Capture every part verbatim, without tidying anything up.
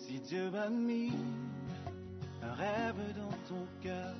Si Dieu a mis un rêve dans ton cœur,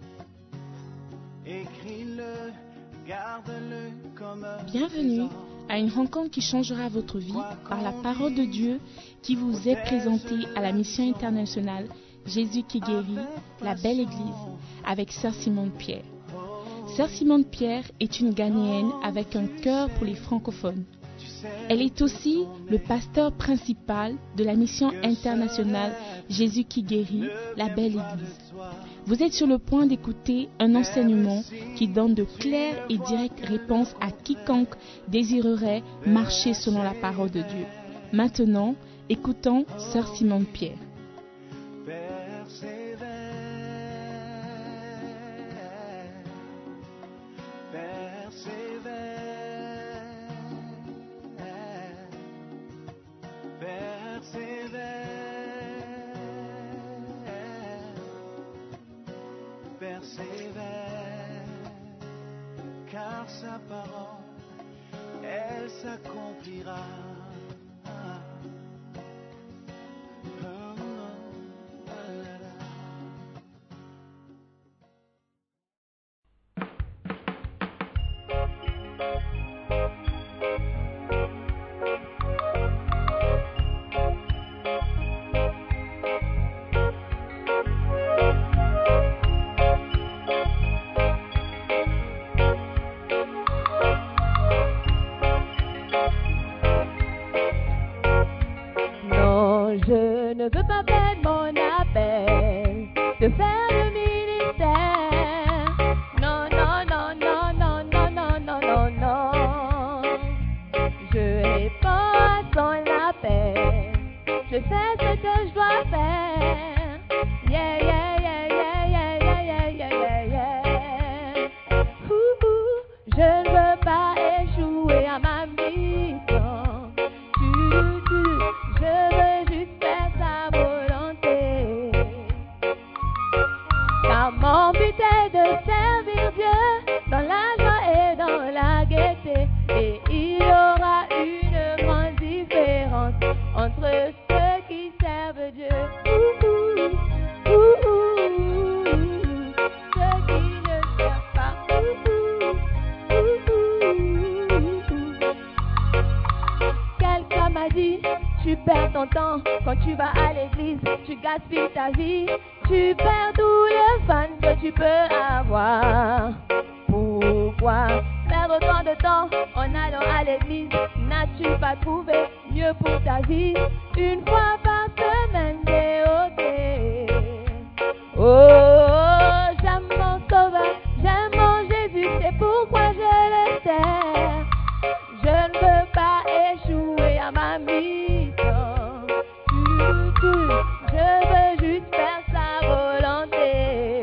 écris-le, garde-le comme un Bienvenue à une rencontre qui changera votre vie par la parole de Dieu qui vous est présentée à la mission internationale Jésus qui guérit, la belle église, avec Sœur Simone Pierre. Sœur Simone Pierre est une Ghanéenne avec un cœur pour les francophones. Elle est aussi le pasteur principal de la mission internationale Jésus qui guérit, la belle église. Vous êtes sur le point d'écouter un enseignement qui donne de claires et directes réponses à quiconque désirerait marcher selon la parole de Dieu. Maintenant, écoutons Sœur Simone Pierre. Persévère, car sa parole, elle s'accomplira. Je ne veux pas perdre mon appel de faire le ministère. Non, non, non, non, non, non, non, non, non, non. Je réponds à son appel. Je sais ce que je dois faire. Yeah, yeah, yeah, yeah, yeah, yeah, yeah, yeah, yeah, yeah. Ouh, ouh. Je ne veux pas échouer à ma mission. Tu, tu, je veux mon but est de servir Dieu dans la joie et dans la gaieté. Et il y aura une grande différence entre ceux qui servent Dieu. Ouh, ouh, ouh, ouh, ceux qui ne servent pas. Ouh, ouh, ouh, ouh. Quelqu'un m'a dit, tu perds ton temps quand tu vas à l'église, tu gaspilles ta vie. Tu perds tout le fun que tu peux avoir. Pourquoi perdre autant de temps en allant à l'église? N'as-tu pas trouvé mieux pour ta vie? Une fois par semaine D O T. Oh, j'aime mon sauveur, j'aime mon Jésus, c'est pourquoi je le sers. Je ne veux pas échouer à ma mission. Tu, tu, je veux juste faire sa volonté.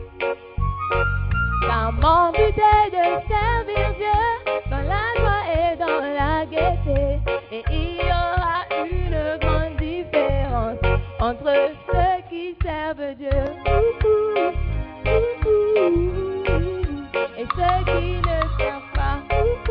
Car mon but est de servir Dieu dans la joie et dans la gaieté. Et il y aura une grande différence entre ceux qui servent Dieu et ceux qui ne servent pas.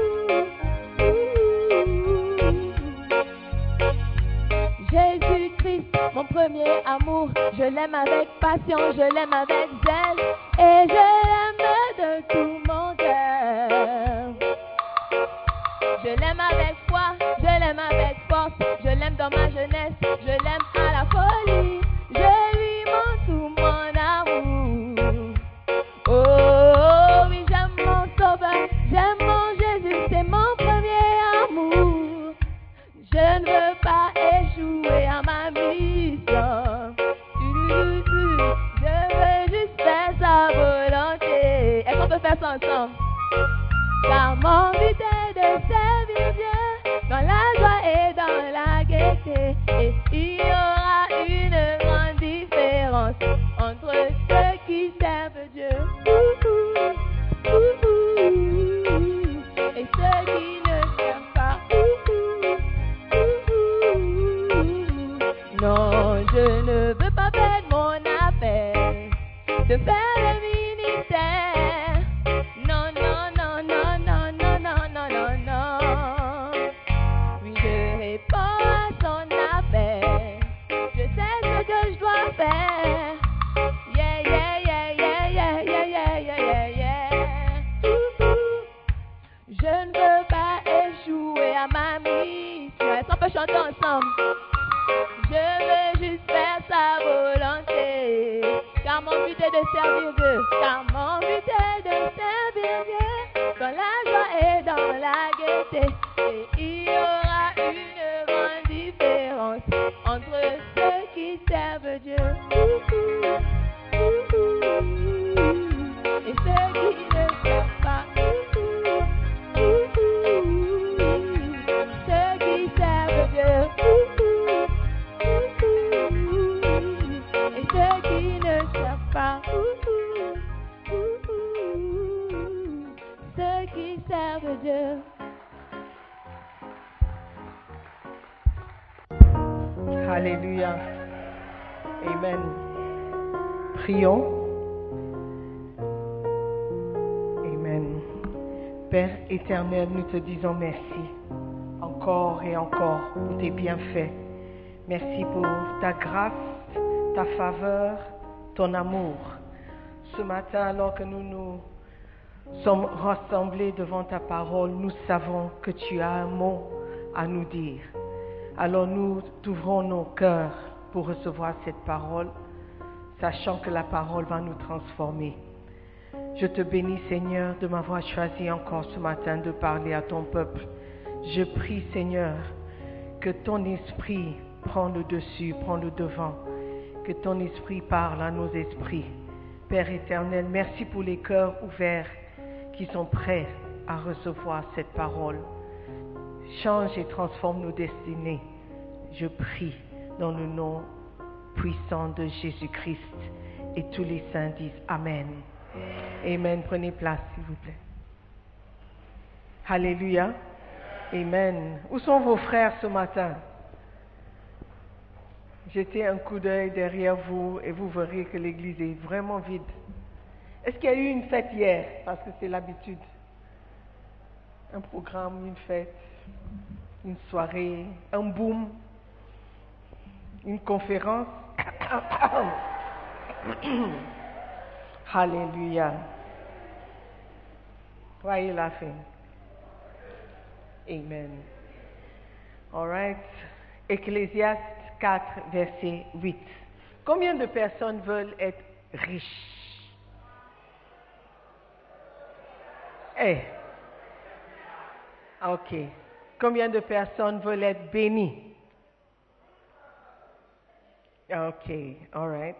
Jésus-Christ, mon premier amour, je l'aime avec passion, je l'aime avec zèle, et je l'aime de tout mon cœur. Je l'aime avec foi, je l'aime avec force, je l'aime dans ma jeunesse, je l'aime à la folie, je lui montre tout mon amour. Oh oui, j'aime mon sauveur, j'aime mon Jésus, c'est mon premier amour. Je ne veux pas échouer à ma mission. Je veux juste faire sa volonté. Est-ce qu'on peut faire ça ensemble? Car mon but est de servir Dieu dans la joie et dans la gaieté. Et il y aura une grande différence entre ceux qui servent Dieu et ceux qui ne servent pas. Non, je ne veux pas perdre mon appel de faire le ministère. Non, non, non, non, non, non, non, non, non, non. Oui, je réponds à son appel. Je sais but est de servir Dieu. Car mon but est de servir Dieu dans la joie et dans la gaieté. Et il y aura une grande différence entre ceux qui servent Dieu et ceux qui ne servent pas. Ceux qui servent Dieu et ceux qui ne servent pas. Ceux qui servent Dieu. Alléluia. Amen. Prions. Amen. Père éternel, nous te disons merci encore et encore pour tes bienfaits. Merci pour ta grâce, ta faveur, ton amour. Ce matin, alors que nous nous sommes rassemblés devant ta parole, nous savons que tu as un mot à nous dire. Alors nous ouvrons nos cœurs pour recevoir cette parole, sachant que la parole va nous transformer. Je te bénis, Seigneur, de m'avoir choisi encore ce matin de parler à ton peuple. Je prie, Seigneur, que ton esprit prend le dessus, prend le devant, que ton esprit parle à nos esprits. Père éternel, merci pour les cœurs ouverts qui sont prêts à recevoir cette parole. Change et transforme nos destinées. Je prie dans le nom puissant de Jésus-Christ. Et tous les saints disent Amen. Amen. Prenez place, s'il vous plaît. Alléluia. Amen. Où sont vos frères ce matin? Jetez un coup d'œil derrière vous et vous verrez que l'église est vraiment vide. Est-ce qu'il y a eu une fête hier? Parce que c'est l'habitude. Un programme, une fête, une soirée, un boom, une conférence. Alléluia. Why are you laughing? Amen. All right. Ecclésiaste quatre, verset huit. Combien de personnes veulent être riches? Eh. Ok. Combien de personnes veulent être bénies? Ok. All right.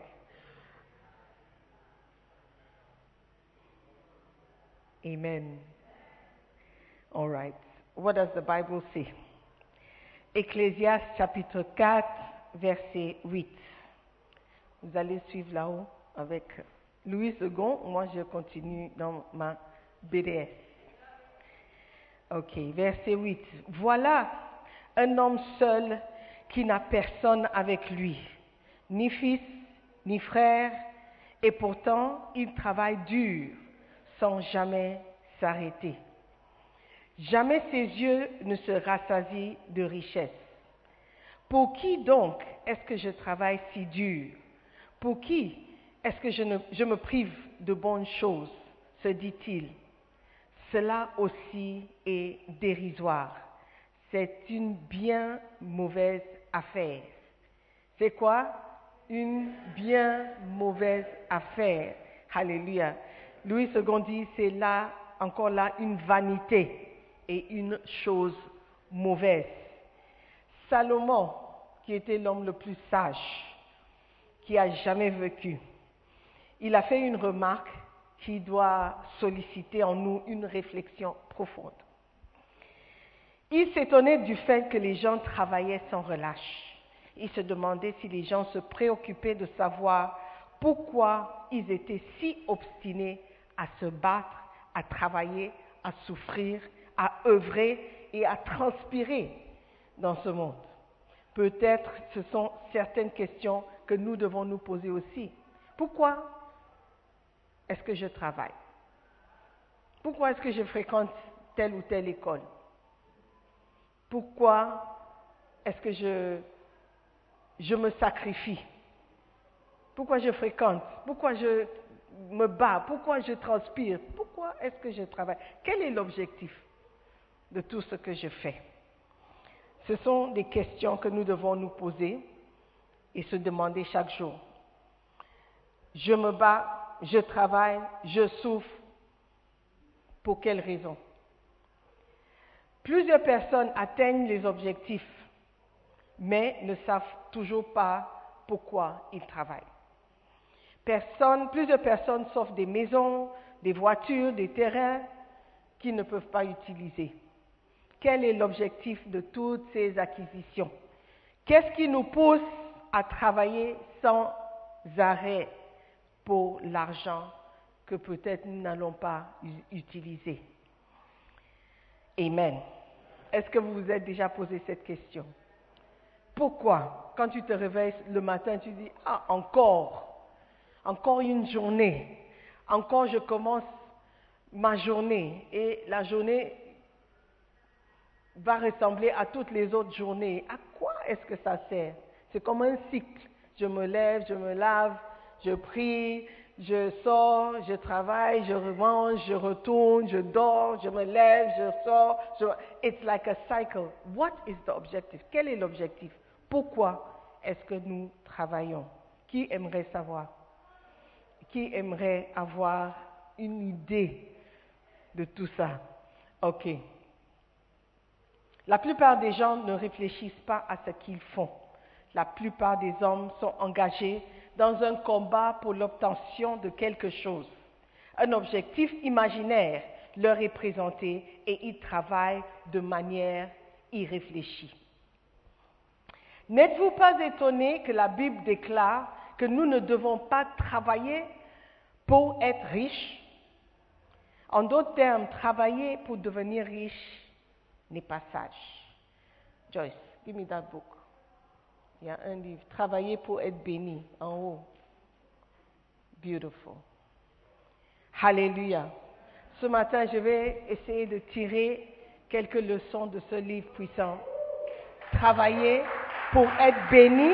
Amen. All right. What does the Bible say? Ecclésiaste chapitre quatre, verset huit. Vous allez suivre là-haut avec Louis Second. Moi, je continue dans ma B D S. Ok, verset huit. Voilà un homme seul qui n'a personne avec lui, ni fils, ni frère, et pourtant il travaille dur sans jamais s'arrêter. Jamais ses yeux ne se rassasient de richesse. Pour qui donc est-ce que je travaille si dur? Pour qui est-ce que je, ne, je me prive de bonnes choses? Se dit-il. Cela aussi est dérisoire. C'est une bien mauvaise affaire. C'est quoi? Une bien mauvaise affaire. Alléluia. Louis Second dit, c'est là, encore là, une vanité et une chose mauvaise. Salomon, qui était l'homme le plus sage, qui a jamais vécu, il a fait une remarque qui doit solliciter en nous une réflexion profonde. Il s'étonnait du fait que les gens travaillaient sans relâche. Il se demandait si les gens se préoccupaient de savoir pourquoi ils étaient si obstinés à se battre, à travailler, à souffrir, à œuvrer et à transpirer dans ce monde. Peut-être ce sont certaines questions que nous devons nous poser aussi. Pourquoi est-ce que je travaille? Pourquoi est-ce que je fréquente telle ou telle école? Pourquoi est-ce que je, je me sacrifie? Pourquoi je fréquente? Pourquoi je me bats? Pourquoi je transpire? Pourquoi est-ce que je travaille? Quel est l'objectif de tout ce que je fais? Ce sont des questions que nous devons nous poser et se demander chaque jour. je me bats, je travaille, je souffre. Pour quelle raison? Plusieurs personnes atteignent les objectifs, mais ne savent toujours pas pourquoi ils travaillent. Personne, plusieurs personnes s'offrent des maisons, des voitures, des terrains qu'ils ne peuvent pas utiliser. Quel est l'objectif de toutes ces acquisitions? Qu'est-ce qui nous pousse à travailler sans arrêt pour l'argent que peut-être nous n'allons pas utiliser? Amen. Est-ce que vous vous êtes déjà posé cette question? Pourquoi, quand tu te réveilles le matin, tu dis « Ah, encore, encore une journée, encore je commence ma journée et la journée va ressembler à toutes les autres journées. À quoi est-ce que ça sert? C'est comme un cycle. Je me lève, je me lave, je prie, je sors, je travaille, je mange, je retourne, je dors, je me lève, je sors. Je... It's like a cycle. What is the objective? Quel est l'objectif? Pourquoi est-ce que nous travaillons? Qui aimerait savoir? Qui aimerait avoir une idée de tout ça? Ok. La plupart des gens ne réfléchissent pas à ce qu'ils font. La plupart des hommes sont engagés dans un combat pour l'obtention de quelque chose. Un objectif imaginaire leur est présenté et ils travaillent de manière irréfléchie. N'êtes-vous pas étonné que la Bible déclare que nous ne devons pas travailler pour être riches? En d'autres termes, travailler pour devenir riche n'est pas sage. Joyce, give me that book. Il y a un livre, Travailler pour être béni, en haut. Beautiful. Hallelujah. Ce matin, je vais essayer de tirer quelques leçons de ce livre puissant. Travailler pour être béni.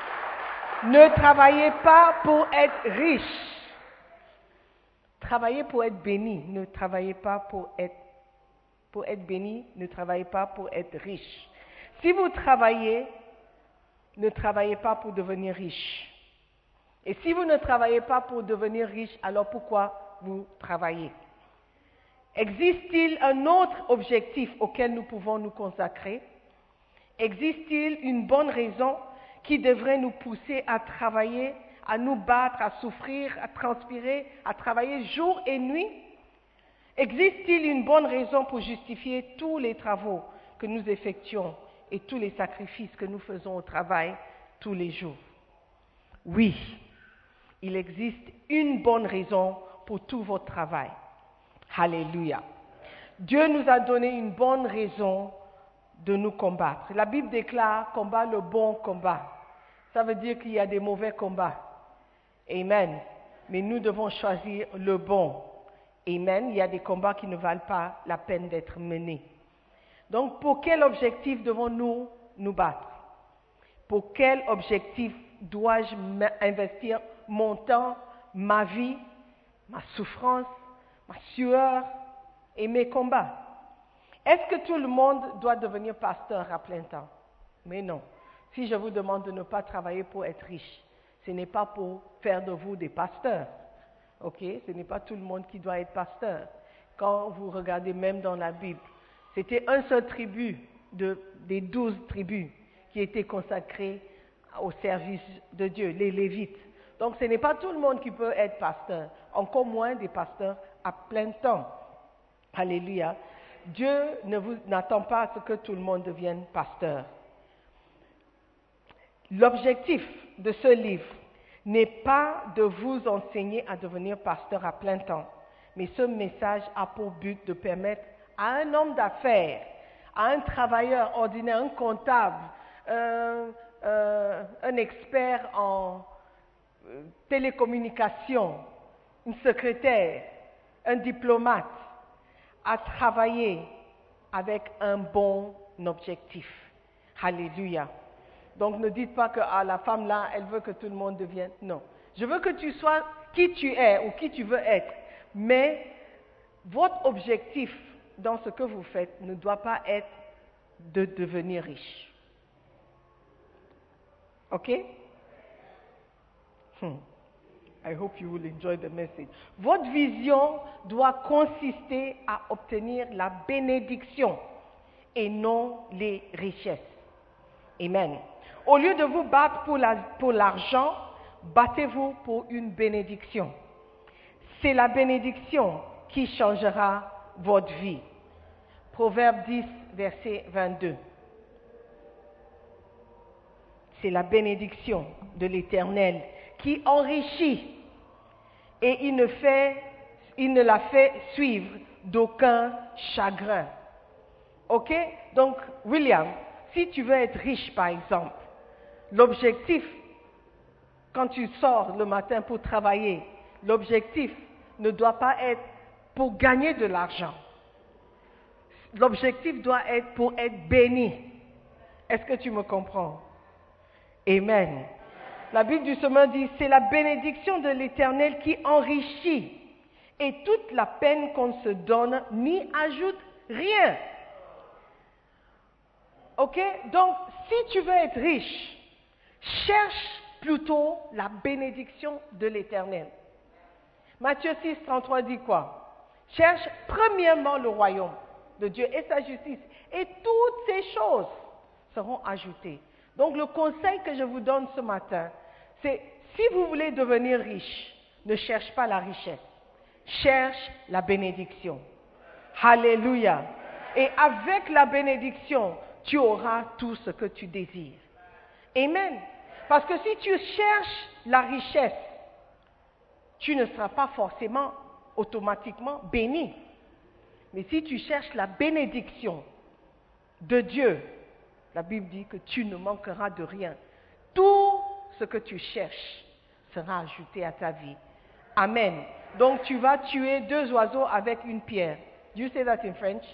Ne travaillez pas pour être riche. Travaillez pour être béni. Ne travaillez pas pour être Pour être béni, ne travaillez pas pour être riche. Si vous travaillez, ne travaillez pas pour devenir riche. Et si vous ne travaillez pas pour devenir riche, alors pourquoi vous travaillez? Existe-t-il un autre objectif auquel nous pouvons nous consacrer? Existe-t-il une bonne raison qui devrait nous pousser à travailler, à nous battre, à souffrir, à transpirer, à travailler jour et nuit? Existe-t-il une bonne raison pour justifier tous les travaux que nous effectuons et tous les sacrifices que nous faisons au travail tous les jours? Oui, il existe une bonne raison pour tout votre travail. Alléluia. Dieu nous a donné une bonne raison de nous combattre. La Bible déclare « combat le bon combat ». Ça veut dire qu'il y a des mauvais combats. Amen. Mais nous devons choisir le bon. Amen. Il y a des combats qui ne valent pas la peine d'être menés. Donc, pour quel objectif devons-nous nous battre? Pour quel objectif dois-je investir mon temps, ma vie, ma souffrance, ma sueur et mes combats? Est-ce que tout le monde doit devenir pasteur à plein temps? Mais non. Si je vous demande de ne pas travailler pour être riche, ce n'est pas pour faire de vous des pasteurs. Ok, ce n'est pas tout le monde qui doit être pasteur. Quand vous regardez même dans la Bible, c'était un seul tribu de, des douze tribus qui était consacré au service de Dieu, les Lévites. Donc ce n'est pas tout le monde qui peut être pasteur, encore moins des pasteurs à plein temps. Alléluia. Dieu ne vous n'attend pas à ce que tout le monde devienne pasteur. L'objectif de ce livre n'est pas de vous enseigner à devenir pasteur à plein temps, mais ce message a pour but de permettre à un homme d'affaires, à un travailleur ordinaire, un comptable, euh, euh, un expert en euh, télécommunications, une secrétaire, un diplomate, à travailler avec un bon objectif. Alléluia. Donc ne dites pas que ah, la femme là, elle veut que tout le monde devienne. Non. Je veux que tu sois qui tu es ou qui tu veux être. Mais votre objectif dans ce que vous faites ne doit pas être de devenir riche. OK? Hmm. I hope you will enjoy the message. Votre vision doit consister à obtenir la bénédiction et non les richesses. Amen. Au lieu de vous battre pour, la, pour l'argent, battez-vous pour une bénédiction. C'est la bénédiction qui changera votre vie. Proverbe dix, verset vingt-deux. C'est la bénédiction de l'Éternel qui enrichit et il ne, fait, il ne la fait suivre d'aucun chagrin. Ok? Donc, William, si tu veux être riche, par exemple, l'objectif, quand tu sors le matin pour travailler, l'objectif ne doit pas être pour gagner de l'argent. L'objectif doit être pour être béni. Est-ce que tu me comprends? Amen. La Bible du Semeur dit, c'est la bénédiction de l'Éternel qui enrichit et toute la peine qu'on se donne n'y ajoute rien. Ok? Donc, si tu veux être riche, cherche plutôt la bénédiction de l'Éternel. Matthieu six, trente-trois dit quoi? Cherche premièrement le royaume de Dieu et sa justice, et toutes ces choses seront ajoutées. Donc, le conseil que je vous donne ce matin, c'est si vous voulez devenir riche, ne cherche pas la richesse, cherche la bénédiction. Alléluia. Et avec la bénédiction, tu auras tout ce que tu désires. Amen. Parce que si tu cherches la richesse, tu ne seras pas forcément automatiquement béni. Mais si tu cherches la bénédiction de Dieu, la Bible dit que tu ne manqueras de rien. Tout ce que tu cherches sera ajouté à ta vie. Amen. Donc tu vas tuer deux oiseaux avec une pierre. Do you say that in French?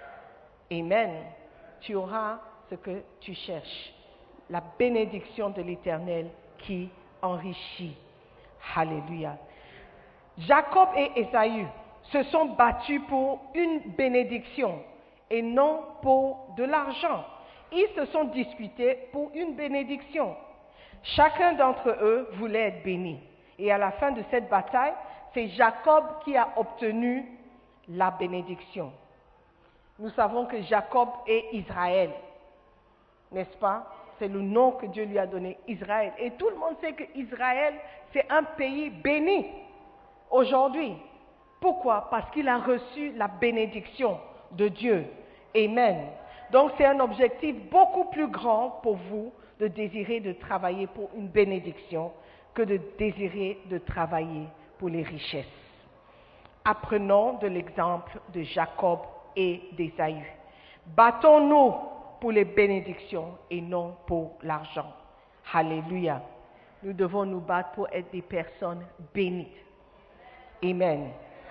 Amen. Tu auras ce que tu cherches. La bénédiction de l'Éternel qui enrichit. Alléluia. Jacob et Ésaü se sont battus pour une bénédiction et non pour de l'argent. Ils se sont disputés pour une bénédiction. Chacun d'entre eux voulait être béni. Et à la fin de cette bataille, c'est Jacob qui a obtenu la bénédiction. Nous savons que Jacob est Israël, n'est-ce pas? C'est le nom que Dieu lui a donné, Israël. Et tout le monde sait que Israël, c'est un pays béni aujourd'hui. Pourquoi? Parce qu'il a reçu la bénédiction de Dieu. Amen. Donc c'est un objectif beaucoup plus grand pour vous de désirer de travailler pour une bénédiction que de désirer de travailler pour les richesses. Apprenons de l'exemple de Jacob et d'Ésaü. Battons-nous pour les bénédictions et non pour l'argent. Alléluia. Nous devons nous battre pour être des personnes bénies. Amen.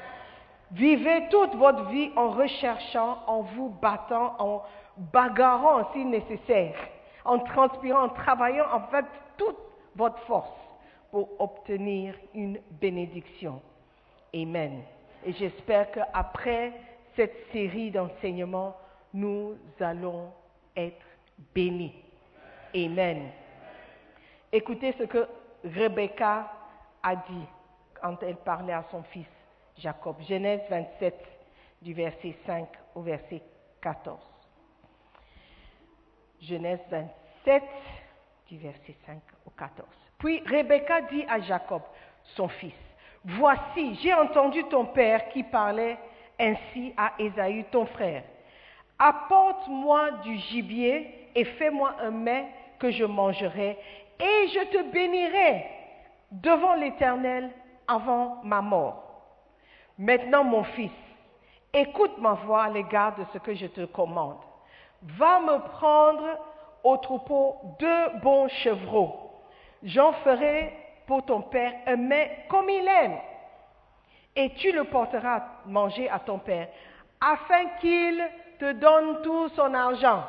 Vivez toute votre vie en recherchant, en vous battant, en bagarrant si nécessaire, en transpirant, en travaillant en fait toute votre force pour obtenir une bénédiction. Amen. Et j'espère qu'après cette série d'enseignements, nous allons être bénis. Amen. Écoutez ce que Rebecca a dit quand elle parlait à son fils Jacob. Genèse vingt-sept, du verset cinq au verset quatorze. Genèse vingt-sept, du verset cinq au quatorze. Puis Rebecca dit à Jacob, son fils, « Voici, j'ai entendu ton père qui parlait ainsi à Ésaü, ton frère. Apporte-moi du gibier et fais-moi un mets que je mangerai, et je te bénirai devant l'Éternel avant ma mort. Maintenant, mon fils, écoute ma voix à l'égard de ce que je te commande. Va me prendre au troupeau deux bons chevreaux. J'en ferai pour ton père un mets comme il aime, et tu le porteras à manger à ton père, afin qu'il te donne tout son argent,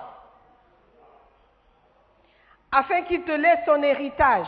afin qu'il te laisse son héritage,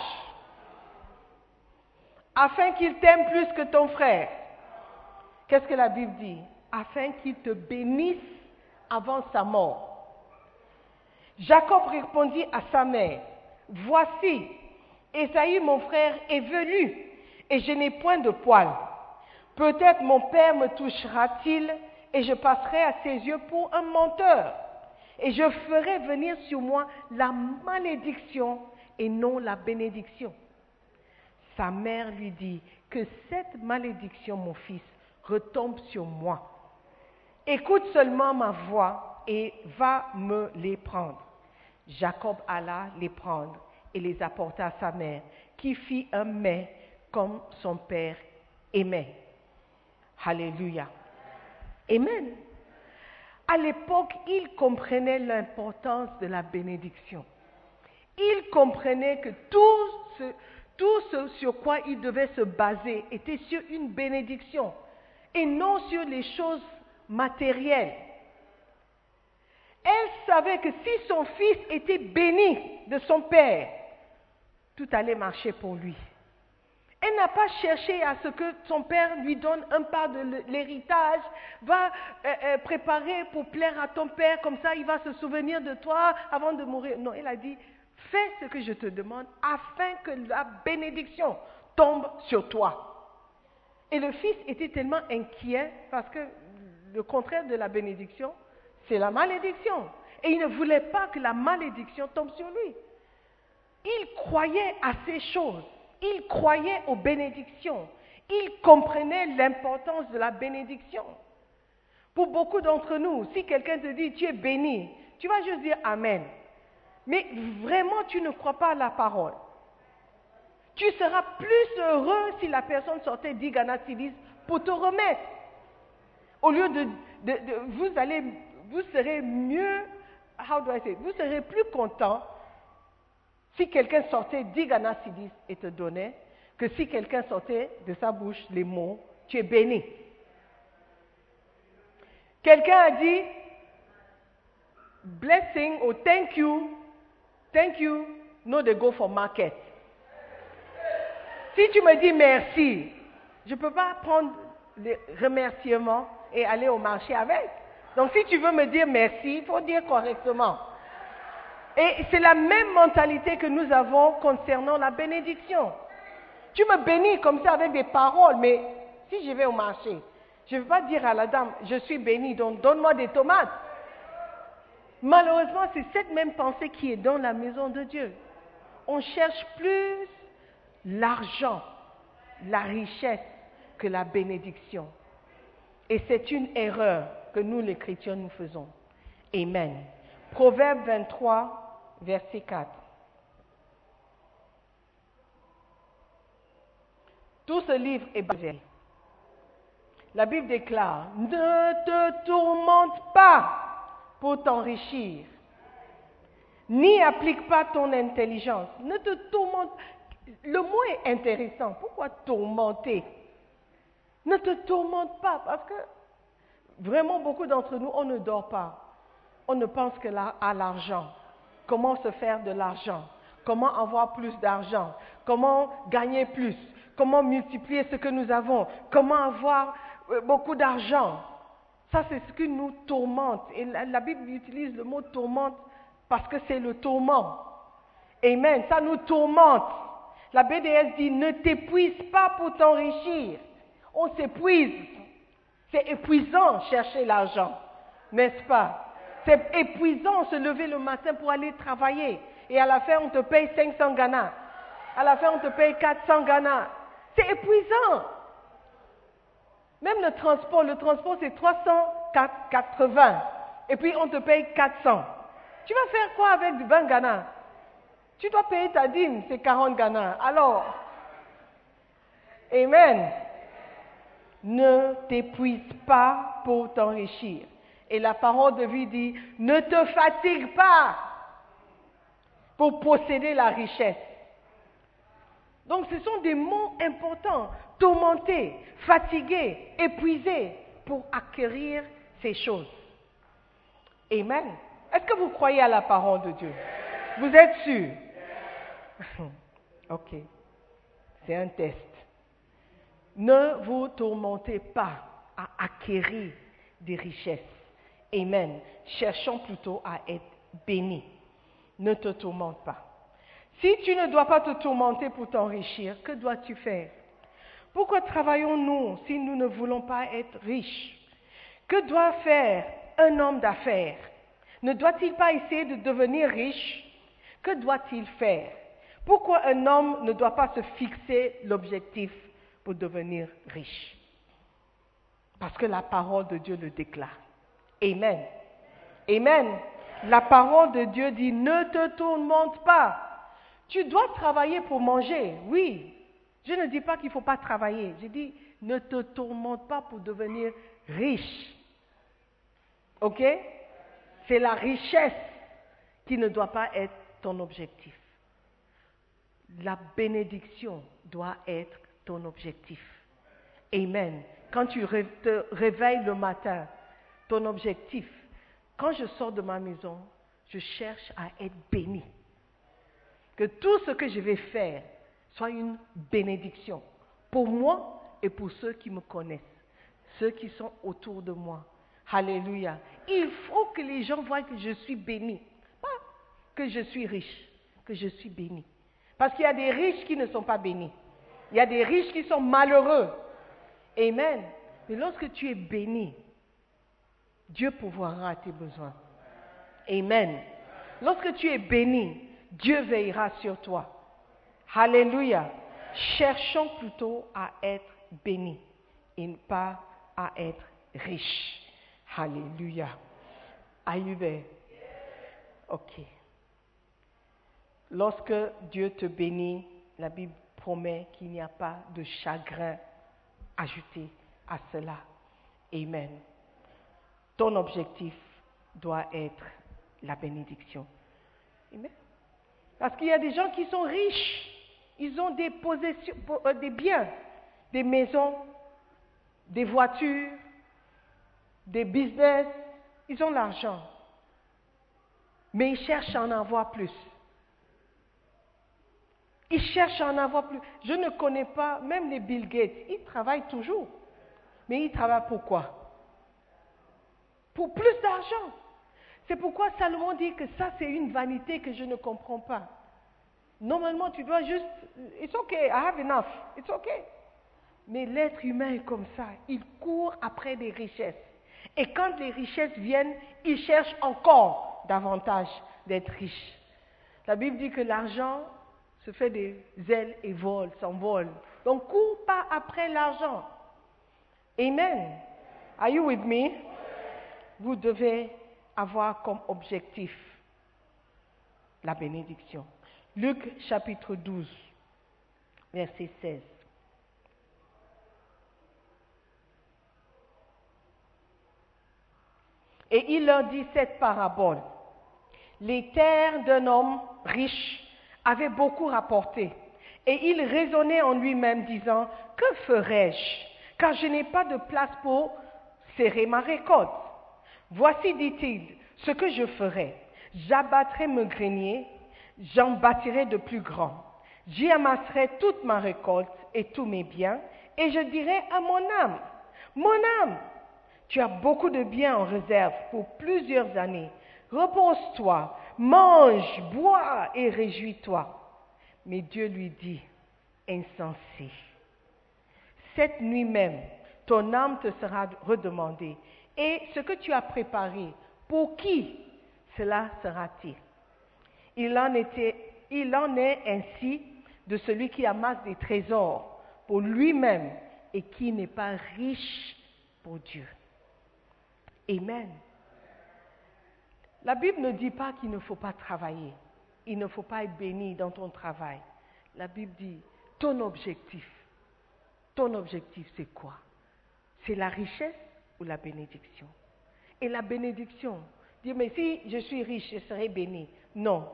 afin qu'il t'aime plus que ton frère. » Qu'est-ce que la Bible dit? Afin qu'il te bénisse avant sa mort. Jacob répondit à sa mère, « Voici, Ésaü mon frère est venu, et je n'ai point de poils. Peut-être mon père me touchera-t-il et je passerai à ses yeux pour un menteur. Et je ferai venir sur moi la malédiction et non la bénédiction. Sa mère lui dit, que cette malédiction, mon fils, retombe sur moi. Écoute seulement ma voix et va me les prendre. Jacob alla les prendre et les apporta à sa mère, qui fit un mets comme son père aimait. Alléluia. Amen. À l'époque, il comprenait l'importance de la bénédiction. Il comprenait que tout ce, tout ce sur quoi il devait se baser était sur une bénédiction et non sur les choses matérielles. Elle savait que si son fils était béni de son père, tout allait marcher pour lui. Elle n'a pas cherché à ce que son père lui donne un part de l'héritage, va euh, euh, préparer pour plaire à ton père, comme ça il va se souvenir de toi avant de mourir. Non, elle a dit, fais ce que je te demande afin que la bénédiction tombe sur toi. Et le fils était tellement inquiet parce que le contraire de la bénédiction, c'est la malédiction. Et il ne voulait pas que la malédiction tombe sur lui. Il croyait à ces choses. Il croyait aux bénédictions. Il comprenait l'importance de la bénédiction. Pour beaucoup d'entre nous, si quelqu'un te dit tu es béni, tu vas juste dire Amen. Mais vraiment, tu ne crois pas à la parole. Tu seras plus heureux si la personne sortait d'Igana Civis pour te remettre. Au lieu de, de, de vous allez, vous serez mieux, how do I say, vous serez plus content si quelqu'un sortait d'Igana Civis et te donnait, que si quelqu'un sortait de sa bouche les mots, tu es béni. Quelqu'un a dit, blessing ou thank you, thank you, no they go for market. Si tu me dis merci, je ne peux pas prendre les remerciements et aller au marché avec. Donc si tu veux me dire merci, il faut dire correctement. Et c'est la même mentalité que nous avons concernant la bénédiction. Tu me bénis comme ça avec des paroles, mais si je vais au marché, je ne vais pas dire à la dame, je suis béni, donc donne-moi des tomates. Malheureusement, c'est cette même pensée qui est dans la maison de Dieu. On cherche plus l'argent, la richesse que la bénédiction. Et c'est une erreur que nous, les chrétiens, nous faisons. Amen. Proverbe vingt-trois, verset quatre. Tout ce livre est basé. La Bible déclare, ne te tourmente pas pour t'enrichir, ni applique pas ton intelligence. Ne te tourmente. Le mot est intéressant. Pourquoi tourmenter? Ne te tourmente pas, parce que vraiment beaucoup d'entre nous, on ne dort pas. On ne pense que à l'argent. Comment se faire de l'argent? Comment avoir plus d'argent? Comment gagner plus? Comment multiplier ce que nous avons? Comment avoir beaucoup d'argent? Ça, c'est ce qui nous tourmente. Et la, la Bible utilise le mot tourmente parce que c'est le tourment. Amen. Ça nous tourmente. La B D S dit, ne t'épuise pas pour t'enrichir. On s'épuise. C'est épuisant chercher l'argent, n'est-ce pas? C'est épuisant se lever le matin pour aller travailler. Et à la fin, on te paye cinq cents Ghana. À la fin, on te paye quatre cents Ghana. C'est épuisant. Même le transport, le transport c'est trois cent quatre-vingts. Et puis on te paye quatre cents. Tu vas faire quoi avec vingt Ghana? Tu dois payer ta dîme, c'est quarante Ghana. Alors, Amen. Ne t'épuise pas pour t'enrichir. Et la parole de vie dit, ne te fatigue pas pour posséder la richesse. Donc ce sont des mots importants. Tourmenter, fatiguer, épuiser pour acquérir ces choses. Amen. Est-ce que vous croyez à la parole de Dieu? Vous êtes sûr? Ok. C'est un test. Ne vous tourmentez pas à acquérir des richesses. Amen. Cherchons plutôt à être bénis. Ne te tourmente pas. Si tu ne dois pas te tourmenter pour t'enrichir, que dois-tu faire? Pourquoi travaillons-nous si nous ne voulons pas être riches? Que doit faire un homme d'affaires? Ne doit-il pas essayer de devenir riche? Que doit-il faire? Pourquoi un homme ne doit pas se fixer l'objectif pour devenir riche? Parce que la parole de Dieu le déclare. Amen. Amen. La parole de Dieu dit, ne te tourmente pas. Tu dois travailler pour manger, oui. Je ne dis pas qu'il ne faut pas travailler. Je dis, ne te tourmente pas pour devenir riche. Ok? C'est la richesse qui ne doit pas être ton objectif. La bénédiction doit être ton objectif. Amen. Quand tu te réveilles le matin, ton objectif, quand je sors de ma maison, je cherche à être béni. Que tout ce que je vais faire soit une bénédiction pour moi et pour ceux qui me connaissent, ceux qui sont autour de moi. Alléluia. Il faut que les gens voient que je suis béni. Pas que je suis riche, que je suis béni. Parce qu'il y a des riches qui ne sont pas bénis. Il y a des riches qui sont malheureux. Amen. Mais lorsque tu es béni, Dieu pourvoira à tes besoins. Amen. Lorsque tu es béni, Dieu veillera sur toi. Alléluia. Cherchons plutôt à être bénis et pas à être riches. Alléluia. Are you there? Ok. Lorsque Dieu te bénit, la Bible promet qu'il n'y a pas de chagrin ajouté à cela. Amen. Ton objectif doit être la bénédiction. Amen. Parce qu'il y a des gens qui sont riches. Ils ont des possessions, des biens, des maisons, des voitures, des business. Ils ont l'argent. Mais ils cherchent à en avoir plus. Ils cherchent à en avoir plus. Je ne connais pas, même les Bill Gates, ils travaillent toujours. Mais ils travaillent pour quoi? Pour plus d'argent. C'est pourquoi Salomon dit que ça, c'est une vanité que je ne comprends pas. Normalement, tu dois juste... It's okay, I have enough. It's okay. Mais l'être humain est comme ça. Il court après des richesses. Et quand les richesses viennent, il cherche encore davantage d'être riche. La Bible dit que l'argent se fait des ailes et vole, s'envole. Donc, cours pas après l'argent. Amen. Are you with me? Vous devez avoir comme objectif la bénédiction. Luc chapitre douze, verset seize. Et il leur dit cette parabole. Les terres d'un homme riche avaient beaucoup rapporté. Et il raisonnait en lui-même, disant, « Que ferai-je, car je n'ai pas de place pour serrer ma récolte. Voici, dit-il, ce que je ferai. J'abattrai mon grenier, j'en bâtirai de plus grands. J'y amasserai toute ma récolte et tous mes biens, et je dirai à mon âme, mon âme, tu as beaucoup de biens en réserve pour plusieurs années. Repose-toi, mange, bois et réjouis-toi. Mais Dieu lui dit, insensé, cette nuit même, ton âme te sera redemandée. Et ce que tu as préparé, pour qui cela sera-t-il? Il en, était, il en est ainsi de celui qui amasse des trésors pour lui-même et qui n'est pas riche pour Dieu. Amen. La Bible ne dit pas qu'il ne faut pas travailler. Il ne faut pas être béni dans ton travail. La Bible dit, ton objectif, ton objectif c'est quoi? C'est la richesse ou la bénédiction? Et la bénédiction, dire, mais si je suis riche, je serai béni. Non.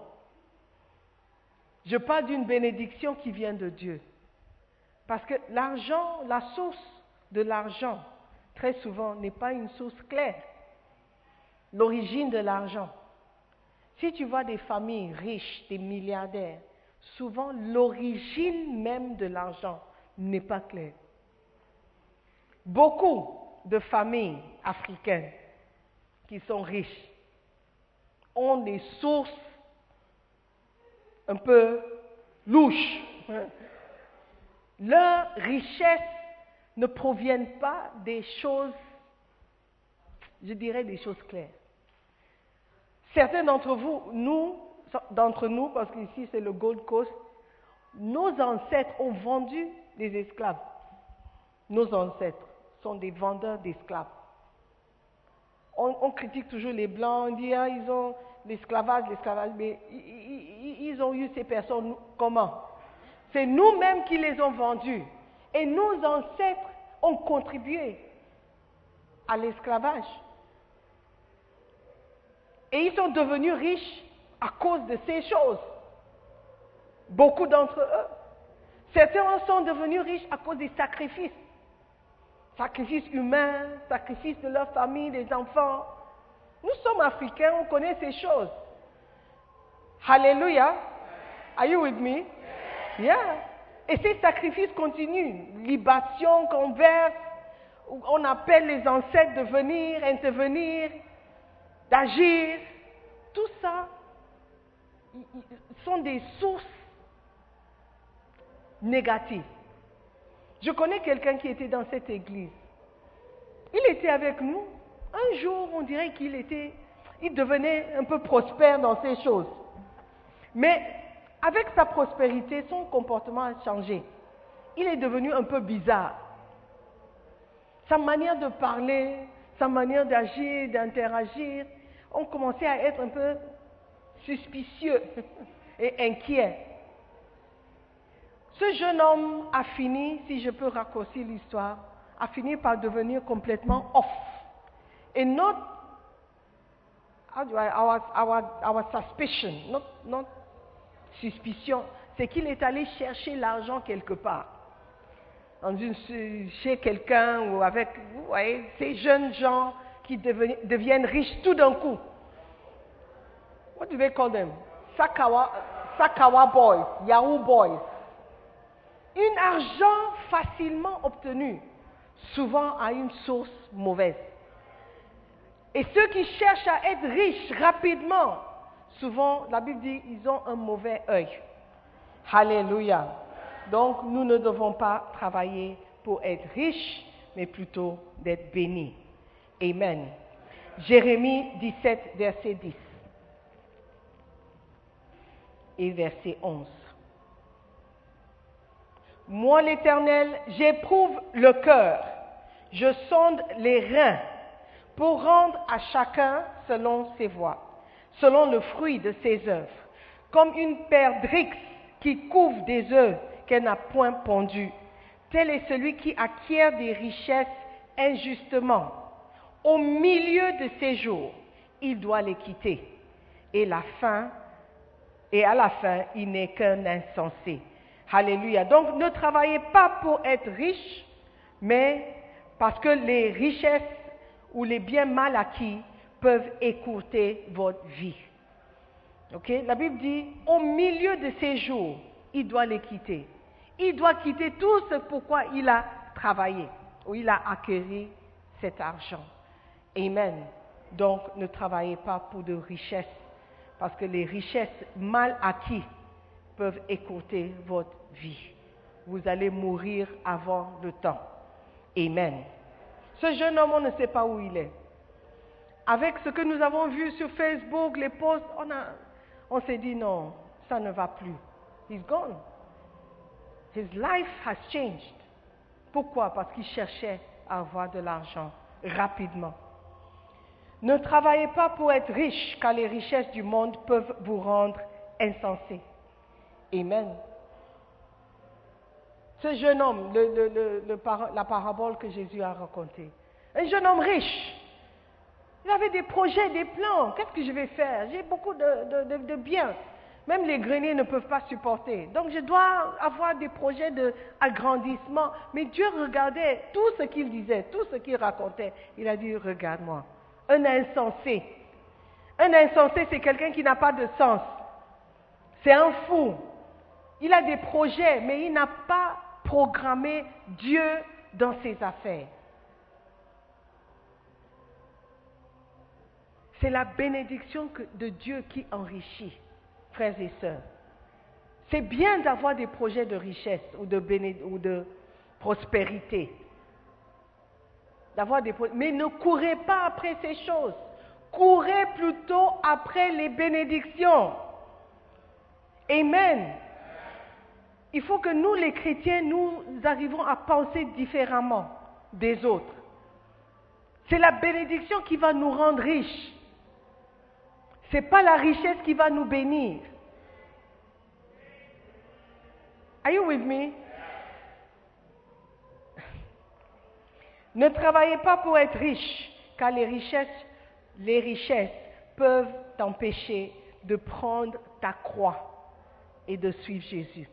Je parle d'une bénédiction qui vient de Dieu. Parce que l'argent, la source de l'argent, très souvent, n'est pas une source claire. L'origine de l'argent. Si tu vois des familles riches, des milliardaires, souvent l'origine même de l'argent n'est pas claire. Beaucoup de familles africaines qui sont riches ont des sources un peu louches. leurs richesses ne proviennent pas des choses, je dirais des choses claires. Certains d'entre vous, nous, d'entre nous, parce qu'ici c'est le Gold Coast, nos ancêtres ont vendu des esclaves. Nos ancêtres sont des vendeurs d'esclaves. On, on critique toujours les Blancs, on dit ah, ils ont l'esclavage, l'esclavage, mais ils, ils, ils ont eu ces personnes comment? C'est nous-mêmes qui les avons vendus. Et nos ancêtres ont contribué à l'esclavage. Et ils sont devenus riches à cause de ces choses. Beaucoup d'entre eux. Certains sont devenus riches à cause des sacrifices. Sacrifices humains, sacrifices de leur famille, des enfants. Nous sommes africains, on connaît ces choses. Hallelujah. Are you with me? Yeah. Et ces sacrifices continuent. Libation qu'on verse, on appelle les ancêtres de venir, intervenir, d'agir. Tout ça sont des sources négatives. Je connais quelqu'un qui était dans cette église. Il était avec nous. Un jour, on dirait qu'il était, il devenait un peu prospère dans ces choses. Mais avec sa prospérité, son comportement a changé. Il est devenu un peu bizarre. Sa manière de parler, sa manière d'agir, d'interagir, ont commencé à être un peu suspicieux et inquiets. Ce jeune homme a fini, si je peux raccourcir l'histoire, a fini par devenir complètement off. Et notre, how do I, our, our, our suspicion, not, not suspicion, c'est qu'il est allé chercher l'argent quelque part. Dans une, chez quelqu'un ou avec, vous voyez, ces jeunes gens qui deviennent, deviennent riches tout d'un coup. What do they call them? Sakawa, Sakawa boys, Yahoo boys. Un argent facilement obtenu, souvent à une source mauvaise. Et ceux qui cherchent à être riches rapidement, souvent, la Bible dit, ils ont un mauvais œil. Alléluia. Donc, nous ne devons pas travailler pour être riches, mais plutôt d'être bénis. Amen. Jérémie dix-sept, verset dix. Et verset onze. Moi, l'Éternel, j'éprouve le cœur, je sonde les reins, pour rendre à chacun selon ses voies, selon le fruit de ses œuvres, comme une perdrix qui couvre des œufs qu'elle n'a point pondus. Tel est celui qui acquiert des richesses injustement. Au milieu de ses jours, il doit les quitter. Et, la fin, et à la fin, il n'est qu'un insensé. Alléluia. Donc, ne travaillez pas pour être riche, mais parce que les richesses ou les biens mal acquis peuvent écourter votre vie. Ok? La Bible dit, au milieu de ses jours, il doit les quitter. Il doit quitter tout ce pourquoi il a travaillé, ou il a acquis cet argent. Amen. Donc, ne travaillez pas pour de richesses, parce que les richesses mal acquises peuvent écourter votre vie. Vous allez mourir avant le temps. Amen. Ce jeune homme, on ne sait pas où il est. Avec ce que nous avons vu sur Facebook, les posts, on, a, on s'est dit non, ça ne va plus. He's gone. His life has changed. Pourquoi? Parce qu'il cherchait à avoir de l'argent rapidement. Ne travaillez pas pour être riche, car les richesses du monde peuvent vous rendre insensés. Amen. Ce jeune homme, le, le, le, le, la parabole que Jésus a racontée, un jeune homme riche, il avait des projets, des plans. Qu'est-ce que je vais faire? J'ai beaucoup de, de, de, de biens. Même les greniers ne peuvent pas supporter. Donc je dois avoir des projets d'agrandissement. Mais Dieu regardait tout ce qu'il disait, tout ce qu'il racontait. Il a dit, regarde-moi, un insensé. Un insensé, c'est quelqu'un qui n'a pas de sens. C'est un fou. Il a des projets, mais il n'a pas programmé Dieu dans ses affaires. C'est la bénédiction de Dieu qui enrichit, frères et sœurs. C'est bien d'avoir des projets de richesse ou de, béné- ou de prospérité. D'avoir des pro- Mais ne courez pas après ces choses. Courez plutôt après les bénédictions. Amen. Il faut que nous, les chrétiens, nous arrivons à penser différemment des autres. C'est la bénédiction qui va nous rendre riches. Ce n'est pas la richesse qui va nous bénir. Are you with me? Ne travaillez pas pour être riche, car les richesses, les richesses peuvent t'empêcher de prendre ta croix et de suivre Jésus.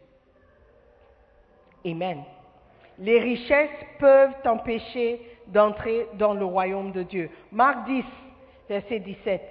Amen. Les richesses peuvent t'empêcher d'entrer dans le royaume de Dieu. Marc dix, verset dix-sept.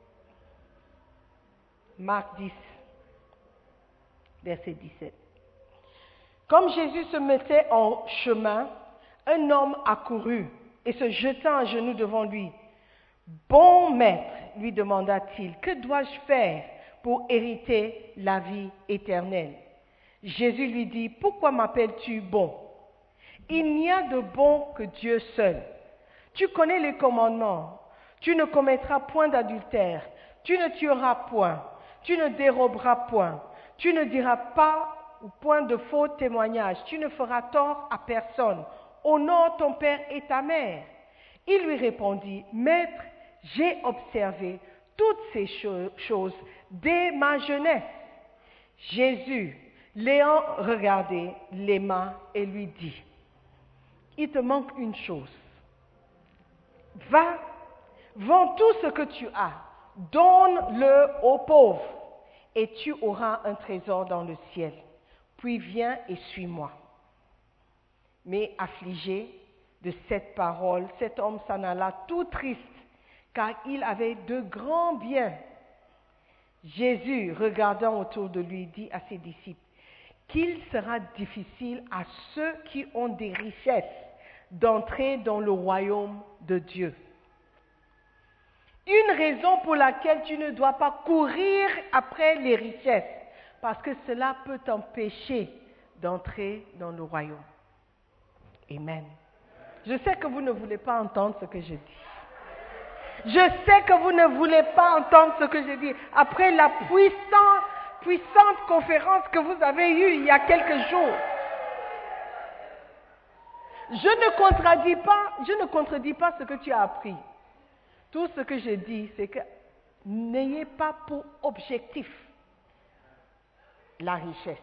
Marc dix, verset dix-sept. Comme Jésus se mettait en chemin, un homme accourut et se jeta à genoux devant lui. « Bon maître, lui demanda-t-il, que dois-je faire pour hériter la vie éternelle ?» Jésus lui dit, « Pourquoi m'appelles-tu bon? Il n'y a de bon que Dieu seul. Tu connais les commandements. Tu ne commettras point d'adultère. Tu ne tueras point. Tu ne déroberas point. Tu ne diras pas ou point de faux témoignages. Tu ne feras tort à personne. Honore ton père et ta mère. » Il lui répondit, « Maître, j'ai observé toutes ces cho- choses dès ma jeunesse. » Jésus, l'ayant regardé, l'aima et lui dit, « Il te manque une chose. Va, vends tout ce que tu as, donne-le aux pauvres, et tu auras un trésor dans le ciel. Puis viens et suis-moi. » Mais affligé de cette parole, cet homme s'en alla tout triste, car il avait de grands biens. Jésus, regardant autour de lui, dit à ses disciples, qu'il sera difficile à ceux qui ont des richesses d'entrer dans le royaume de Dieu. Une raison pour laquelle tu ne dois pas courir après les richesses, parce que cela peut t'empêcher d'entrer dans le royaume. Amen. Je sais que vous ne voulez pas entendre ce que je dis. Je sais que vous ne voulez pas entendre ce que je dis. Après la puissante, puissante conférence que vous avez eue il y a quelques jours, je ne contredis pas, je ne contredis pas ce que tu as appris. Tout ce que je dis, c'est que n'ayez pas pour objectif la richesse.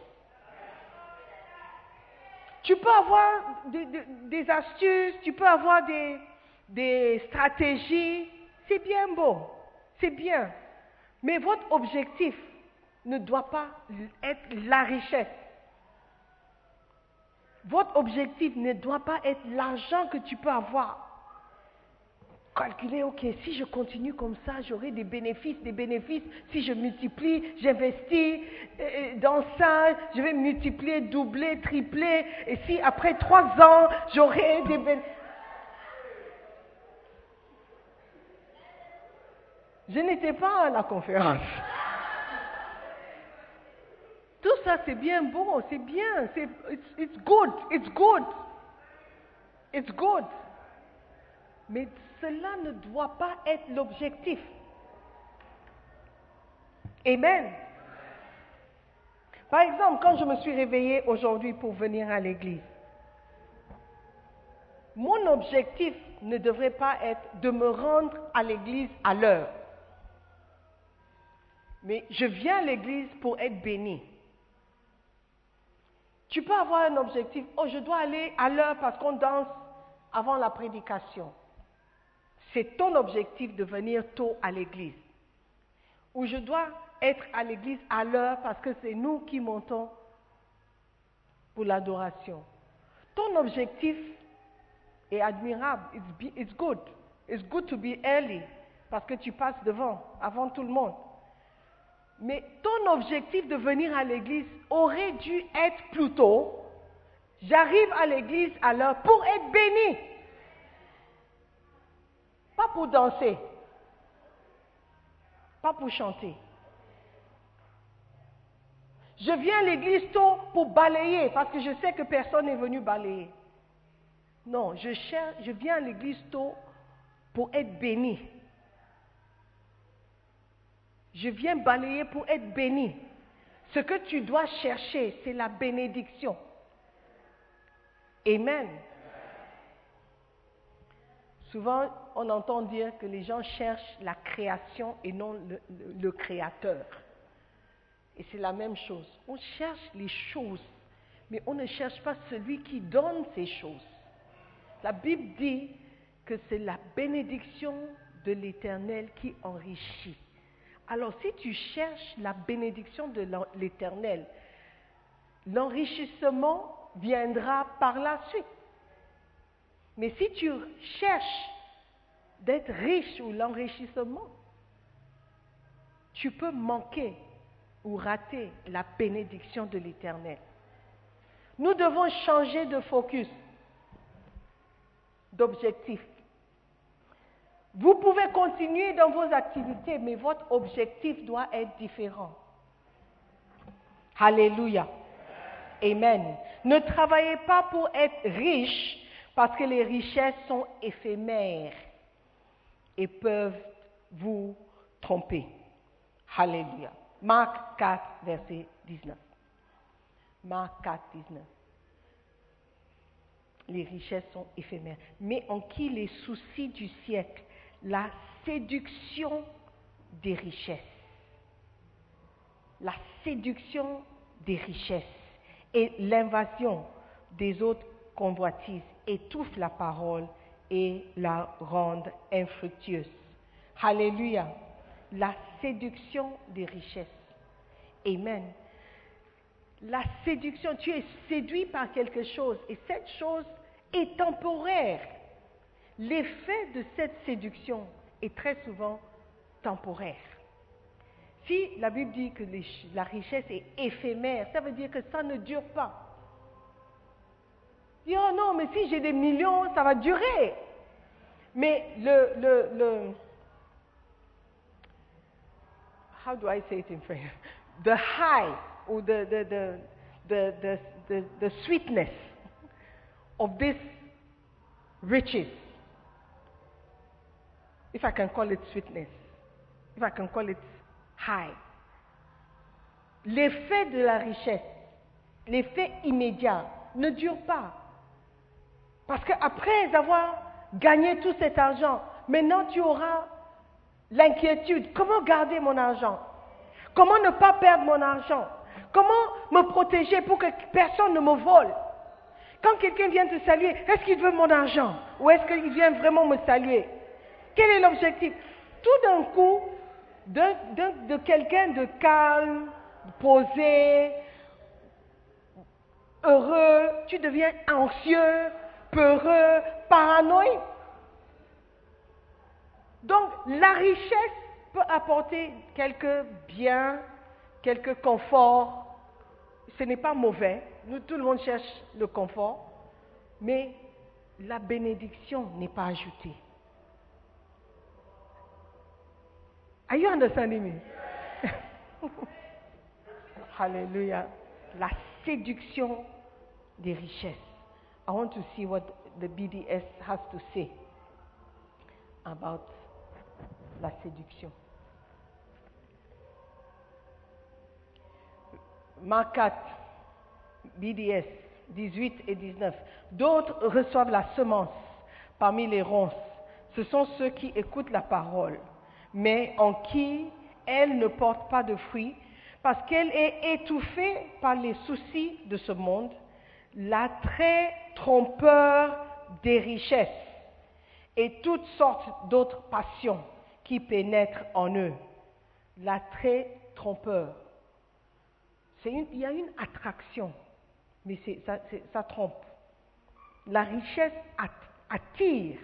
Tu peux avoir des, des, des astuces, tu peux avoir des, des stratégies, c'est bien beau, c'est bien. Mais votre objectif ne doit pas être la richesse. Votre objectif ne doit pas être l'argent que tu peux avoir. Calculer, ok, si je continue comme ça, j'aurai des bénéfices, des bénéfices. Si je multiplie, j'investis dans ça, je vais multiplier, doubler, tripler. Et si après trois ans, j'aurai des bénéfices. Je n'étais pas à la conférence. Tout ça, c'est bien beau, c'est bien, c'est it's, it's good, it's good, it's good. Mais cela ne doit pas être l'objectif. Amen. Par exemple, quand je me suis réveillée aujourd'hui pour venir à l'église, mon objectif ne devrait pas être de me rendre à l'église à l'heure. Mais je viens à l'église pour être béni. Tu peux avoir un objectif, oh je dois aller à l'heure parce qu'on danse avant la prédication. C'est ton objectif de venir tôt à l'église. Ou je dois être à l'église à l'heure parce que c'est nous qui montons pour l'adoration. Ton objectif est admirable, it's, be, it's good. It's good to be early parce que tu passes devant, avant tout le monde. Mais ton objectif de venir à l'église aurait dû être plutôt, j'arrive à l'église à l'heure pour être béni. Pas pour danser, pas pour chanter. Je viens à l'église tôt pour balayer parce que je sais que personne n'est venu balayer. Non, je cherche, je viens à l'église tôt pour être béni. Je viens balayer pour être béni. Ce que tu dois chercher, c'est la bénédiction. Amen. Souvent, on entend dire que les gens cherchent la création et non le, le, le créateur. Et c'est la même chose. On cherche les choses, mais on ne cherche pas celui qui donne ces choses. La Bible dit que c'est la bénédiction de l'Éternel qui enrichit. Alors, si tu cherches la bénédiction de l'Éternel, l'enrichissement viendra par la suite. Mais si tu cherches d'être riche ou l'enrichissement, tu peux manquer ou rater la bénédiction de l'Éternel. Nous devons changer de focus, d'objectif. Vous pouvez continuer dans vos activités, mais votre objectif doit être différent. Alléluia. Amen. Ne travaillez pas pour être riche, parce que les richesses sont éphémères et peuvent vous tromper. Alléluia. Marc quatre, verset dix-neuf. Marc quatre, dix-neuf. Les richesses sont éphémères, mais en qui les soucis du siècle, la séduction des richesses, la séduction des richesses et l'invasion des autres convoitises étouffent la parole et la rendent infructueuse. Alléluia. La séduction des richesses. Amen. La séduction, tu es séduit par quelque chose et cette chose est temporaire. L'effet de cette séduction est très souvent temporaire. Si la Bible dit que les, la richesse est éphémère, ça veut dire que ça ne dure pas. Dis, oh non, mais si j'ai des millions, ça va durer. Mais le, le, le, how do I say it in French? The high, or the, the, the, the, the, the, the sweetness of this riches, if I can call it sweetness, if I can call it high, l'effet de la richesse, l'effet immédiat, ne dure pas. Parce qu'après avoir gagné tout cet argent, maintenant tu auras l'inquiétude. Comment garder mon argent? Comment ne pas perdre mon argent? Comment me protéger pour que personne ne me vole? Quand quelqu'un vient te saluer, est-ce qu'il veut mon argent? Ou est-ce qu'il vient vraiment me saluer? Quel est l'objectif? Tout d'un coup, de, de, de quelqu'un de calme, posé, heureux, tu deviens anxieux, peureux, paranoïde. Donc, la richesse peut apporter quelques biens, quelques conforts. Ce n'est pas mauvais. Nous, tout le monde cherche le confort. Mais la bénédiction n'est pas ajoutée. Are you understanding me? Hallelujah. La séduction des richesses. I want to see what the B D S has to say about la séduction. Marc quatre, B D S, dix-huit et dix-neuf. D'autres reçoivent la semence parmi les ronces. Ce sont ceux qui écoutent la parole, mais en qui elle ne porte pas de fruits, parce qu'elle est étouffée par les soucis de ce monde, l'attrait trompeur des richesses et toutes sortes d'autres passions qui pénètrent en eux. L'attrait trompeur. C'est une, il y a une attraction, mais c'est, ça, c'est, ça trompe. La richesse attire.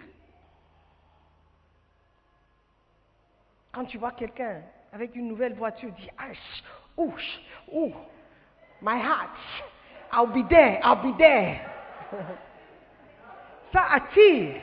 Quand tu vois quelqu'un avec une nouvelle voiture, tu dis, ah, ouh, ouh, my heart, I'll be there, I'll be there. Ça attire.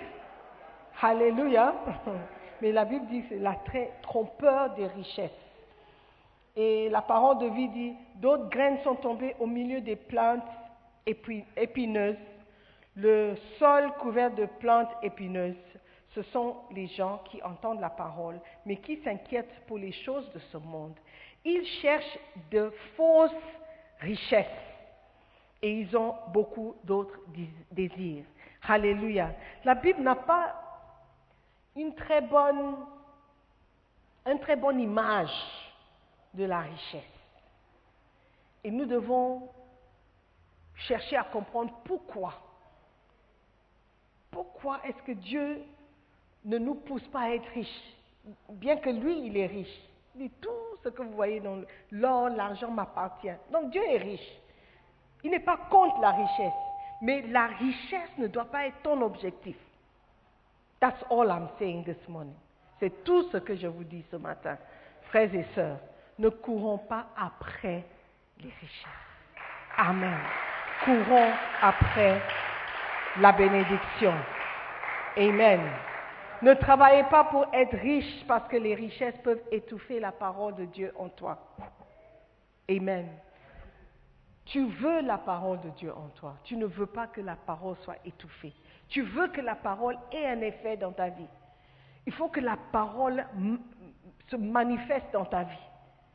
Alléluia. Mais la Bible dit que c'est l'attrait trompeur des richesses. Et la parole de vie dit, d'autres graines sont tombées au milieu des plantes épineuses. Le sol couvert de plantes épineuses, ce sont les gens qui entendent la parole, mais qui s'inquiètent pour les choses de ce monde. Ils cherchent de fausses richesses et ils ont beaucoup d'autres désirs. Alléluia. La Bible n'a pas une très bonne, une très bonne image de la richesse. Et nous devons chercher à comprendre pourquoi. Pourquoi est-ce que Dieu ne nous pousse pas à être riches, bien que lui, il est riche. Il dit, tout ce que vous voyez dans l'or, l'argent m'appartient. Donc Dieu est riche. Il n'est pas contre la richesse, mais la richesse ne doit pas être ton objectif. That's all I'm saying this morning. C'est tout ce que je vous dis ce matin. Frères et sœurs, ne courons pas après les richesses. Amen. Courons après la bénédiction. Amen. Ne travaillez pas pour être riche parce que les richesses peuvent étouffer la parole de Dieu en toi. Amen. Tu veux la parole de Dieu en toi. Tu ne veux pas que la parole soit étouffée. Tu veux que la parole ait un effet dans ta vie. Il faut que la parole m- se manifeste dans ta vie.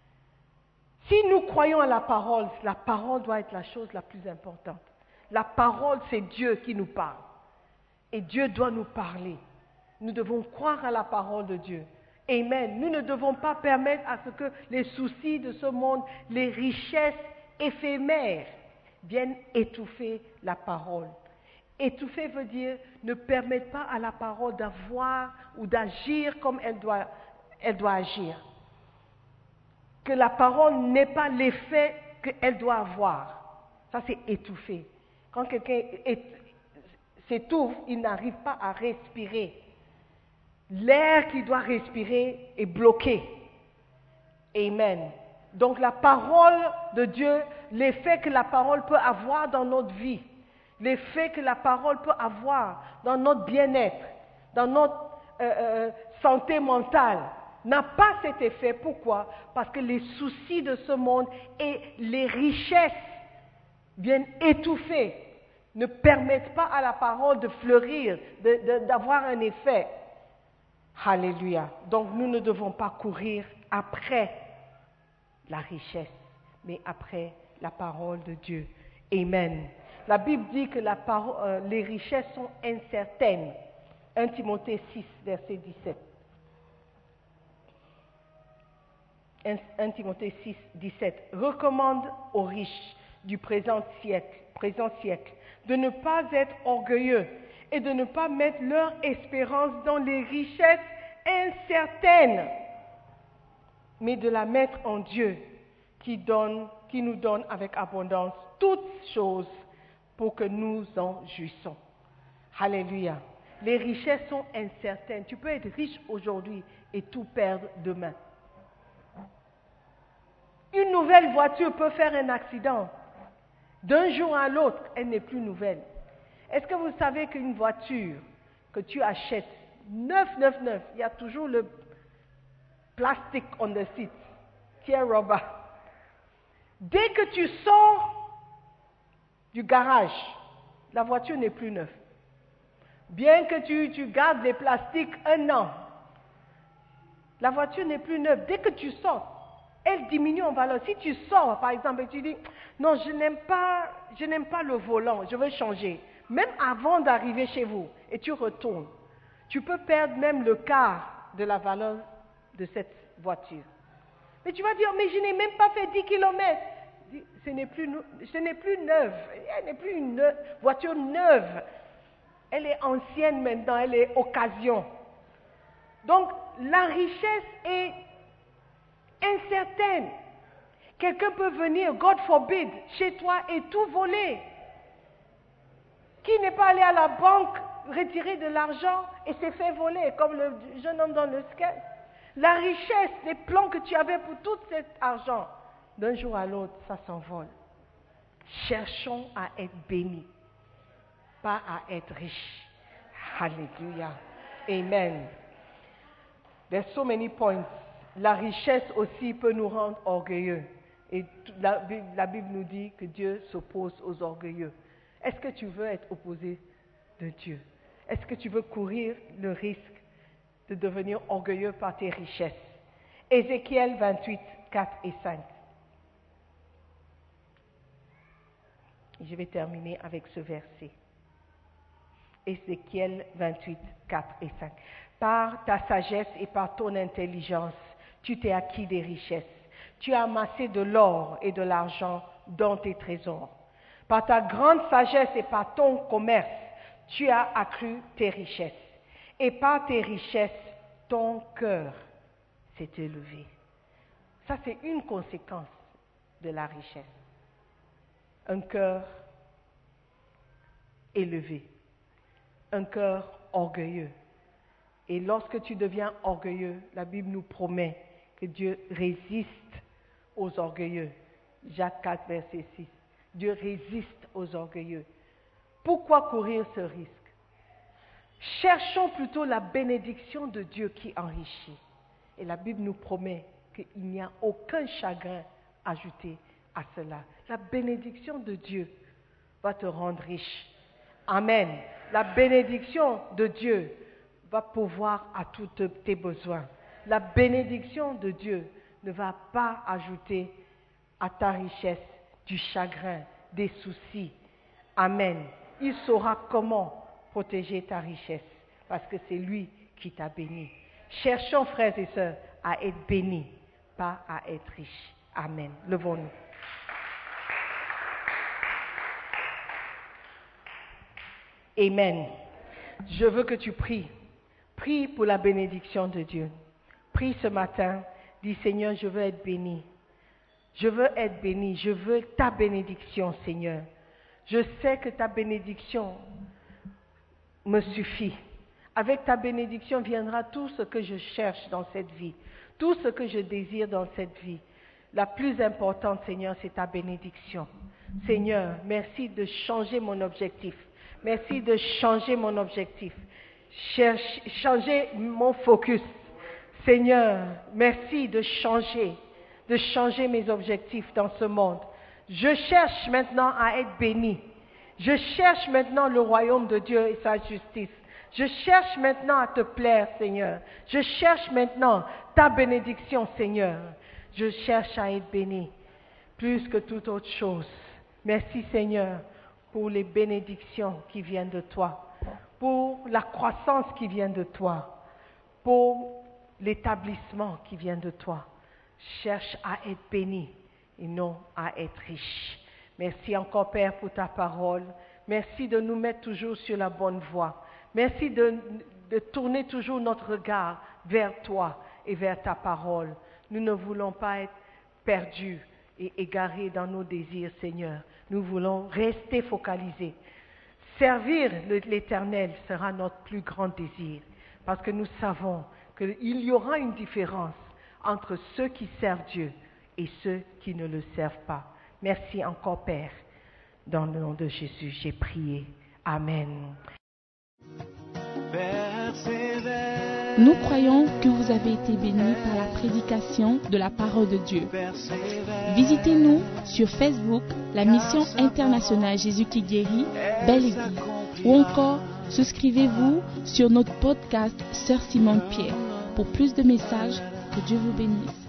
Si nous croyons à la parole, la parole doit être la chose la plus importante. La parole, c'est Dieu qui nous parle. Et Dieu doit nous parler. Nous devons croire à la parole de Dieu. Amen. Nous ne devons pas permettre à ce que les soucis de ce monde, les richesses éphémères, viennent étouffer la parole. Étouffer veut dire ne permettre pas à la parole d'avoir ou d'agir comme elle doit, elle doit agir. Que la parole n'ait pas l'effet qu'elle doit avoir. Ça, c'est étouffer. Quand quelqu'un s'étouffe, il n'arrive pas à respirer. L'air qu'il doit respirer est bloqué. Amen. Donc la parole de Dieu, l'effet que la parole peut avoir dans notre vie, l'effet que la parole peut avoir dans notre bien-être, dans notre euh, euh, santé mentale, n'a pas cet effet. Pourquoi? Parce que les soucis de ce monde et les richesses viennent étouffer, ne permettent pas à la parole de fleurir, de, de, d'avoir un effet. Alléluia. Donc nous ne devons pas courir après la richesse, mais après la parole de Dieu. Amen. La Bible dit que la parole, euh, les richesses sont incertaines. premier Timothée six, verset dix-sept. premier Timothée six, dix-sept. Recommande aux riches du présent siècle, présent siècle de ne pas être orgueilleux et de ne pas mettre leur espérance dans les richesses incertaines, mais de la mettre en Dieu qui, donne, qui nous donne avec abondance toutes choses pour que nous en jouissons. Alléluia. Les richesses sont incertaines. Tu peux être riche aujourd'hui et tout perdre demain. Une nouvelle voiture peut faire un accident. D'un jour à l'autre, elle n'est plus nouvelle. Est-ce que vous savez qu'une voiture que tu achètes, neuf neuf neuf, il y a toujours le plastique on the seat, qui est rubber. Dès que tu sors du garage, la voiture n'est plus neuve. Bien que tu, tu gardes les plastiques un an, la voiture n'est plus neuve. Dès que tu sors, elle diminue en valeur. Si tu sors, par exemple, et tu dis, non, je n'aime pas, je n'aime pas le volant, je veux changer. Même avant d'arriver chez vous, et tu retournes, tu peux perdre même le quart de la valeur de cette voiture. Mais tu vas dire, mais je n'ai même pas fait dix kilomètres. Ce n'est plus, ce n'est plus neuve. Elle n'est plus une neuve, voiture neuve. Elle est ancienne maintenant, elle est occasion. Donc, la richesse est incertaine. Quelqu'un peut venir, God forbid, chez toi et tout voler. Qui n'est pas allé à la banque retirer de l'argent et s'est fait voler, comme le jeune homme dans le sketch? La richesse, les plans que tu avais pour tout cet argent, d'un jour à l'autre, ça s'envole. Cherchons à être bénis, pas à être riches. Hallelujah. Amen. There's so many points la richesse aussi peut nous rendre orgueilleux. Et la, la Bible nous dit que Dieu s'oppose aux orgueilleux. Est-ce que tu veux être opposé de Dieu? Est-ce que tu veux courir le risque de devenir orgueilleux par tes richesses? Ézéchiel vingt-huit, quatre et cinq. Je vais terminer avec ce verset. Ézéchiel vingt-huit, quatre et cinq. Par ta sagesse et par ton intelligence, tu t'es acquis des richesses. Tu as amassé de l'or et de l'argent dans tes trésors. Par ta grande sagesse et par ton commerce, tu as accru tes richesses. Et par tes richesses, ton cœur s'est élevé. Ça, c'est une conséquence de la richesse. Un cœur élevé. Un cœur orgueilleux. Et lorsque tu deviens orgueilleux, la Bible nous promet que Dieu résiste aux orgueilleux. Jacques quatre, verset six. Dieu résiste aux orgueilleux. Pourquoi courir ce risque? Cherchons plutôt la bénédiction de Dieu qui enrichit. Et la Bible nous promet qu'il n'y a aucun chagrin ajouté à cela. La bénédiction de Dieu va te rendre riche. Amen. La bénédiction de Dieu va pourvoir à tous tes besoins. La bénédiction de Dieu ne va pas ajouter à ta richesse du chagrin, des soucis. Amen. Il saura comment protéger ta richesse parce que c'est lui qui t'a béni. Cherchons, frères et sœurs, à être bénis, pas à être riches. Amen. Levons-nous. Amen. Je veux que tu pries. Prie pour la bénédiction de Dieu. Prie ce matin. Dis, Seigneur, je veux être béni. Je veux être béni. Je veux ta bénédiction, Seigneur. Je sais que ta bénédiction me suffit. Avec ta bénédiction viendra tout ce que je cherche dans cette vie. Tout ce que je désire dans cette vie. La plus importante, Seigneur, c'est ta bénédiction. Seigneur, merci de changer mon objectif. Merci de changer mon objectif. Cherche, changer mon focus. Seigneur, merci de changer, de changer mes objectifs dans ce monde. Je cherche maintenant à être béni. Je cherche maintenant le royaume de Dieu et sa justice. Je cherche maintenant à te plaire, Seigneur. Je cherche maintenant ta bénédiction, Seigneur. Je cherche à être béni plus que toute autre chose. Merci, Seigneur, pour les bénédictions qui viennent de toi, pour la croissance qui vient de toi, pour l'établissement qui vient de toi. Cherche à être béni et non à être riche. Merci encore, Père, pour ta parole. Merci de nous mettre toujours sur la bonne voie. Merci de, de tourner toujours notre regard vers toi et vers ta parole. Nous ne voulons pas être perdus et égarés dans nos désirs, Seigneur. Nous voulons rester focalisés. Servir l'Éternel sera notre plus grand désir, parce que nous savons qu'il y aura une différence entre ceux qui servent Dieu et ceux qui ne le servent pas. Merci encore, Père. Dans le nom de Jésus, j'ai prié. Amen. Nous croyons que vous avez été bénis par la prédication de la parole de Dieu. Visitez-nous sur Facebook, la Mission Internationale Jésus qui guérit, Belle Église. Ou encore, souscrivez-vous sur notre podcast Sœur Simone Pierre. Pour plus de messages, que Dieu vous bénisse.